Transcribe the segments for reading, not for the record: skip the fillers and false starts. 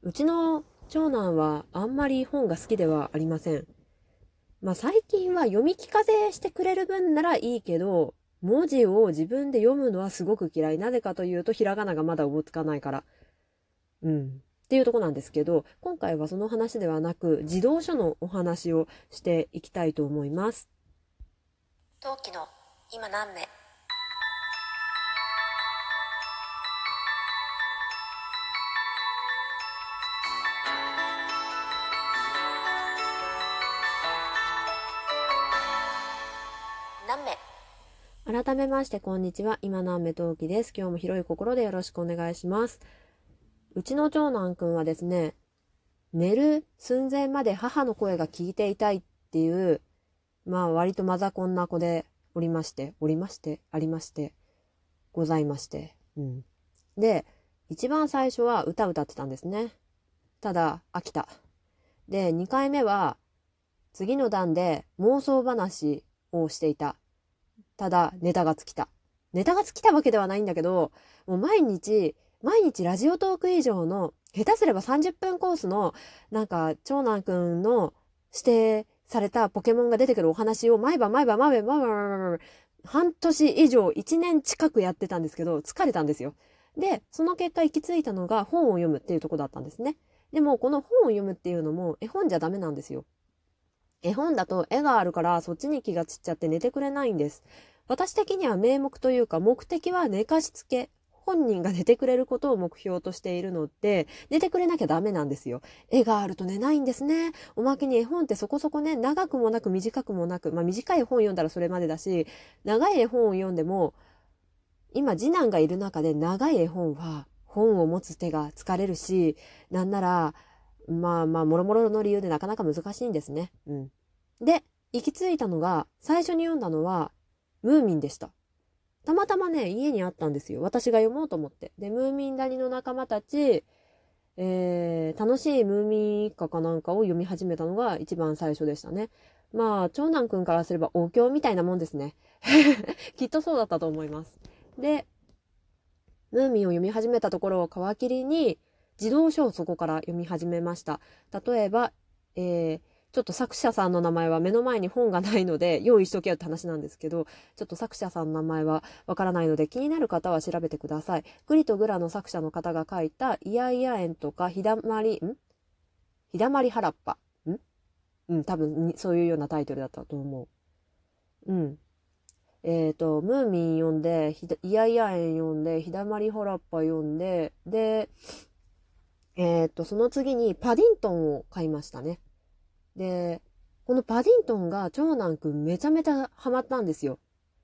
うちの長男はあんまり本が好きではありません。最近は読み聞かせしてくれる分ならいいけど、文字を自分で読むのはすごく嫌い。なぜかというと、ひらがながまだおぼつかないから。っていうとこなんですけど、今回はその話ではなく、児童書のお話をしていきたいと思います。 陶器の今何目。何目。 改めまして、こんにちは。今何目陶器です。今日も広い心でよろしくお願いします。うちの長男くんはですね、寝る寸前まで母の声が聞いていたいっていう、割とマザコンな子でありまして、ございまして。で、一番最初は歌ってたんですね。ただ、飽きた。で、2回目は、次の段で妄想話をしていた。ただ、ネタが尽きた。ネタが尽きたわけではないんだけど、もう毎日ラジオトーク以上の、下手すれば30分コースの、長男くんの指定されたポケモンが出てくるお話を毎晩、半年以上、1年近くやってたんですけど、疲れたんですよ。で、その結果行き着いたのが本を読むっていうところだったんですね。でも、この本を読むっていうのも、絵本じゃダメなんですよ。絵本だと絵があるからそっちに気が散っちゃって寝てくれないんです。私的には名目というか目的は寝かしつけ。本人が寝てくれることを目標としているので、寝てくれなきゃダメなんですよ。絵があると寝ないんですね。おまけに絵本ってそこそこね、長くもなく短くもなく、短い絵本読んだらそれまでだし、長い絵本を読んでも、今次男がいる中で長い絵本は本を持つ手が疲れるし、なんなら、もろもろの理由でなかなか難しいんですね。で、行き着いたのが、最初に読んだのは、ムーミンでした。たまたまね、家にあったんですよ。私が読もうと思って。で、ムーミン谷の仲間たち、楽しいムーミン一家かなんかを読み始めたのが一番最初でしたね。長男くんからすればお経みたいなもんですね。きっとそうだったと思います。で、ムーミンを読み始めたところを皮切りに、児童書をそこから読み始めました。例えば、ちょっと作者さんの名前は目の前に本がないので用意しとけよって話なんですけど、ちょっと作者さんの名前はわからないので気になる方は調べてください。グリとグラの作者の方が書いたイヤイヤ園とかひだまり原っぱ多分そういうようなタイトルだったと思う。ムーミン読んで、イヤイヤ園読んで、ひだまり原っぱ読んで、で、その次にパディントンを買いましたね。で、このパディントンが長男くんめちゃめちゃハマったんですよ。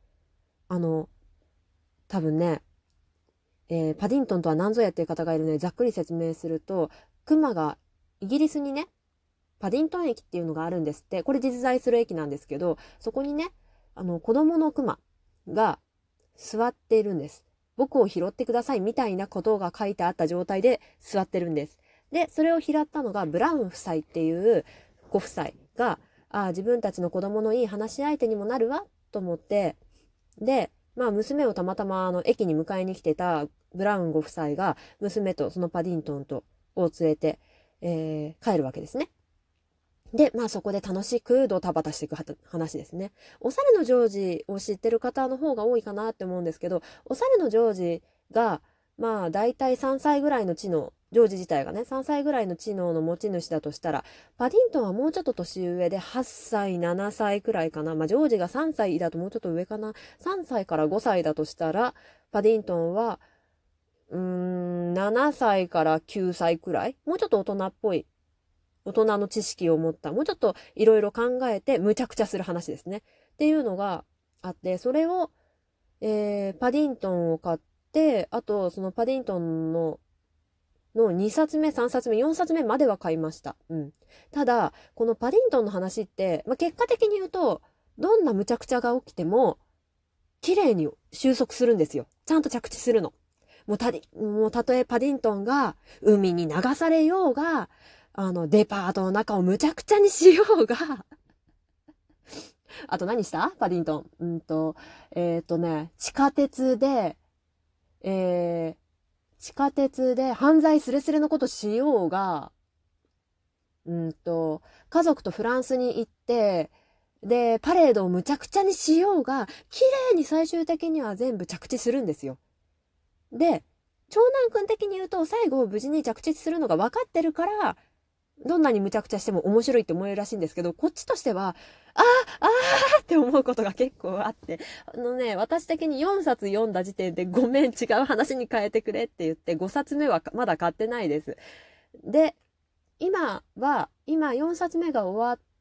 多分ね、パディントンとは何ぞやっていう方がいるので、ざっくり説明すると、クマがイギリスにね、パディントン駅っていうのがあるんですって。これ実在する駅なんですけど、そこにね、子供のクマが座っているんです。僕を拾ってくださいみたいなことが書いてあった状態で座ってるんです。で、それを拾ったのがブラウン夫妻っていうご夫妻が、自分たちの子供のいい話し相手にもなるわと思って、で、娘をたまたま駅に迎えに来てたブラウンご夫妻が娘とそのパディントンとを連れて、帰るわけですね。で、そこで楽しくドタバタしていく話ですね。お猿のジョージを知ってる方の方が多いかなって思うんですけど、お猿のジョージが、だいたい3歳ぐらいの知能、ジョージ自体がね、3歳ぐらいの知能の持ち主だとしたら、パディントンはもうちょっと年上で8歳、7歳くらいかな。ジョージが3歳だともうちょっと上かな。3歳から5歳だとしたら、パディントンは、7歳から9歳くらいもうちょっと大人っぽい。大人の知識を持った、もうちょっといろいろ考えて無茶苦茶する話ですね。っていうのがあって、それを、パディントンを買って、あと、そのパディントンの2冊目、3冊目、4冊目までは買いました。ただ、このパディントンの話って、結果的に言うと、どんな無茶苦茶が起きても、綺麗に収束するんですよ。ちゃんと着地するの。もうたとえパディントンが海に流されようが、デパートの中をむちゃくちゃにしようが、あと何したパディントン。地下鉄で、 地下鉄で犯罪スレスレのことしようが、家族とフランスに行って、で、パレードをむちゃくちゃにしようが、綺麗に最終的には全部着地するんですよ。で、長男くん的に言うと、最後無事に着地するのが分かってるから、どんなにむちゃくちゃしても面白いって思えるらしいんですけど、こっちとしては、って思うことが結構あって、私的に4冊読んだ時点でごめん違う話に変えてくれって言って5冊目はまだ買ってないです。で、今4冊目が終わって、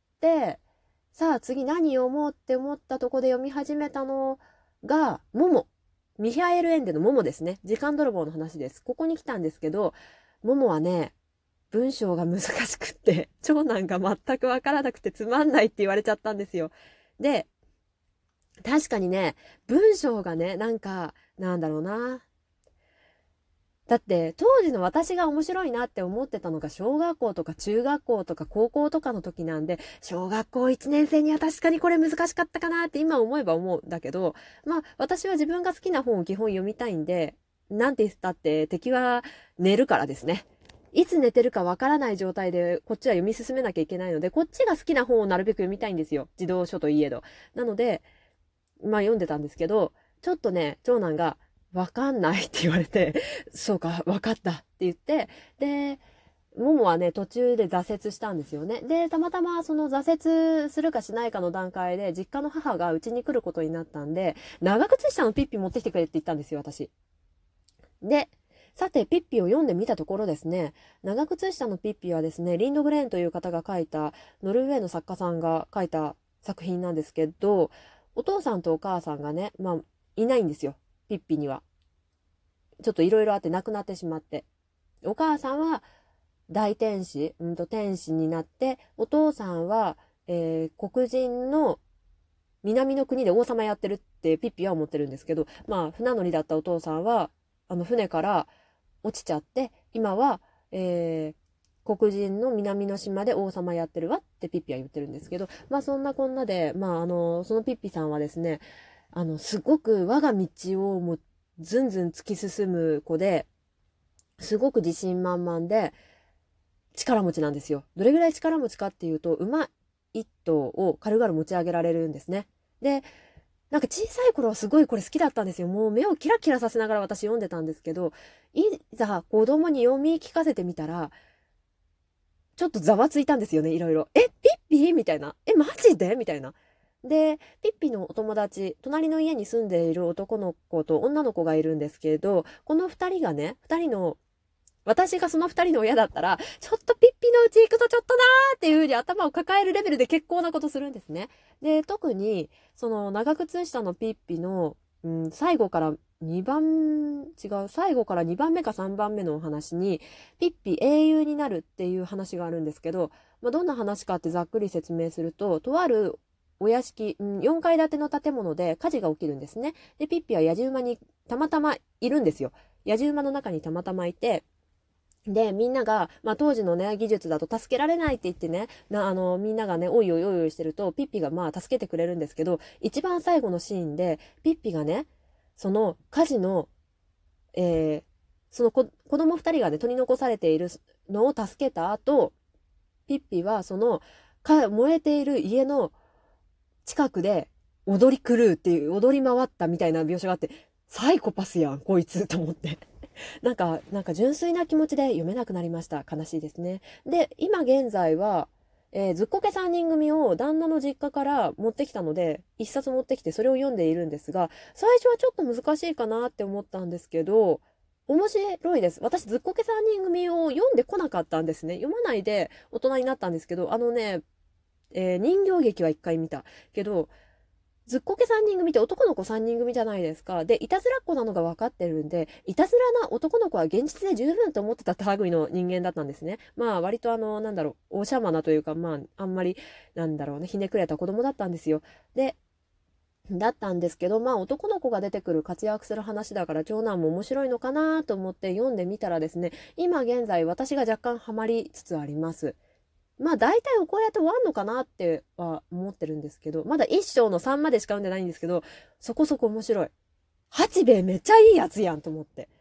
さあ次何読もうって思ったとこで読み始めたのが、ミハエル・エンデのモモですね。時間泥棒の話です。ここに来たんですけど、モモはね、文章が難しくって、長男が全くわからなくてつまんないって言われちゃったんですよ。で、確かにね、文章がね、なんだろうな。だって、当時の私が面白いなって思ってたのが、小学校とか中学校とか高校とかの時なんで、小学校1年生には確かにこれ難しかったかなって今思えば思うんだけど、私は自分が好きな本を基本読みたいんで、なんて言ったって敵は寝るからですね。いつ寝てるかわからない状態でこっちは読み進めなきゃいけないので、こっちが好きな本をなるべく読みたいんですよ。児童書といえど。なので、読んでたんですけど、ちょっとね、長男がわかんないって言われて、そうか、わかったって言って、で、ももはね、途中で挫折したんですよね。で、たまたまその挫折するかしないかの段階で、実家の母がうちに来ることになったんで、長靴下のピッピ持ってきてくれって言ったんですよ、私。で、さて、ピッピを読んでみたところですね、長靴下のピッピはですね、リンドグレーンという方が書いた、ノルウェーの作家さんが書いた作品なんですけど、お父さんとお母さんがね、いないんですよ、ピッピには。ちょっといろいろあって亡くなってしまって。お母さんは大天使、天使になって、お父さんは、黒人の南の国で王様やってるってピッピは思ってるんですけど、船乗りだったお父さんは、船から落ちちゃって、今は、黒人の南の島で王様やってるわってピッピは言ってるんですけど、そんなこんなで、そのピッピさんはですね、すごく我が道をもうずんずん突き進む子で、すごく自信満々で、力持ちなんですよ。どれぐらい力持ちかっていうと、馬一頭を軽々持ち上げられるんですね。で、小さい頃はすごいこれ好きだったんですよ。もう目をキラキラさせながら私読んでたんですけど、いざ子供に読み聞かせてみたら、ちょっとざわついたんですよね、いろいろ。ピッピみたいな。マジでみたいな。で、ピッピのお友達、隣の家に住んでいる男の子と女の子がいるんですけど、この二人がね、私がその二人の親だったら、ちょっとピッピのうち行くとちょっとなーっていう風に頭を抱えるレベルで結構なことするんですね。で、特に、その長靴下のピッピの、最後から最後から2番目か3番目のお話に、ピッピ英雄になるっていう話があるんですけど、どんな話かってざっくり説明すると、とあるお屋敷、4階建ての建物で火事が起きるんですね。で、ピッピは野じ馬にたまたまいるんですよ。野じ馬の中にたまたまいて、で、みんなが、当時のね、技術だと助けられないって言ってね、みんながね、おいおいおいおいしてると、ピッピが助けてくれるんですけど、一番最後のシーンで、ピッピがね、その火事の、その子供二人がね、取り残されているのを助けた後、ピッピはその、燃えている家の近くで踊り狂うっていう、踊り回ったみたいな描写があって、サイコパスやん、こいつ、と思って。なんか純粋な気持ちで読めなくなりました。悲しいですね。で、今現在は、ずっこけ3人組を旦那の実家から持ってきたので、一冊持ってきてそれを読んでいるんですが、最初はちょっと難しいかなって思ったんですけど、面白いです。私、ずっこけ3人組を読んでこなかったんですね。読まないで大人になったんですけど、人形劇は一回見たけど、ずっこけ3人組って男の子3人組じゃないですか。で、いたずらっ子なのが分かってるんで、いたずらな男の子は現実で十分と思ってた類の人間だったんですね。割とおしゃまなというか、あんまり、ひねくれた子供だったんですよ。だったんですけど、男の子が出てくる活躍する話だから長男も面白いのかなと思って読んでみたらですね、今現在私が若干ハマりつつあります。大体こうやって終わんのかなっては思ってるんですけど、まだ1章の3までしか読んでないんですけど、そこそこ面白い。八兵衛めっちゃいいやつやんと思って。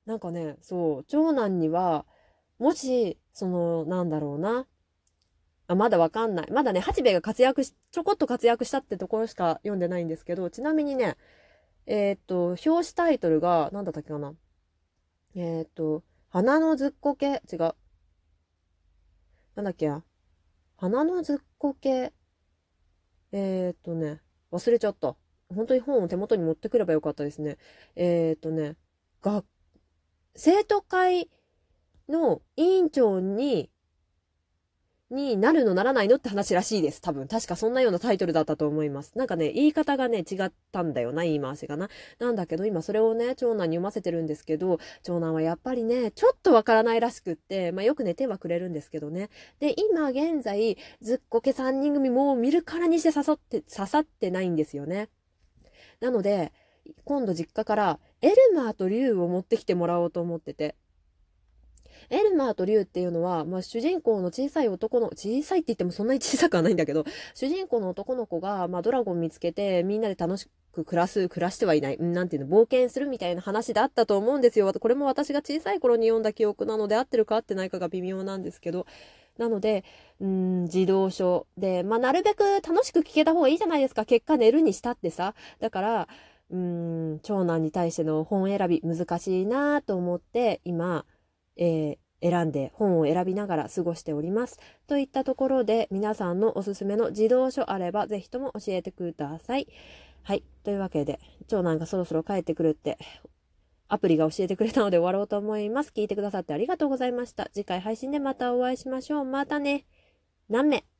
なんかね、そう、長男には、もし、なんだろうな。まだわかんない。まだね、八兵衛がちょこっと活躍したってところしか読んでないんですけど、ちなみにね、表紙タイトルが、なんだったっけかな。花のずっこけ、違う。なんだっけや。花のずっこけ、忘れちゃった。本当に本を手元に持ってくればよかったですね。が、生徒会の委員長になるのならないのって話らしいです。多分。確かそんなようなタイトルだったと思います。なんかね、言い方がね、違ったんだよな、言い回しがな。なんだけど、今それをね、長男に読ませてるんですけど、長男はやっぱりね、ちょっとわからないらしくって、よくね、手はくれるんですけどね。で、今現在、ずっこけ3人組もう見るからにして刺さってないんですよね。なので、今度実家からエルマーとリュウを持ってきてもらおうと思ってて。エルマーとリュウっていうのは、主人公の小さい小さいって言ってもそんなに小さくはないんだけど、主人公の男の子が、ドラゴン見つけて、みんなで楽しく暮らしてはいない、なんていうの、冒険するみたいな話だったと思うんですよ。これも私が小さい頃に読んだ記憶なので、合ってるか合ってないかが微妙なんですけど、なので、児童書で、なるべく楽しく聞けた方がいいじゃないですか。結果寝るにしたってさ。だから、長男に対しての本選び難しいなと思って、今、本を選びながら過ごしております。といったところで、皆さんのおすすめの児童書あれば、ぜひとも教えてください。はい。というわけで、長男がそろそろ帰ってくるって、アプリが教えてくれたので終わろうと思います。聞いてくださってありがとうございました。次回配信でまたお会いしましょう。またね。何名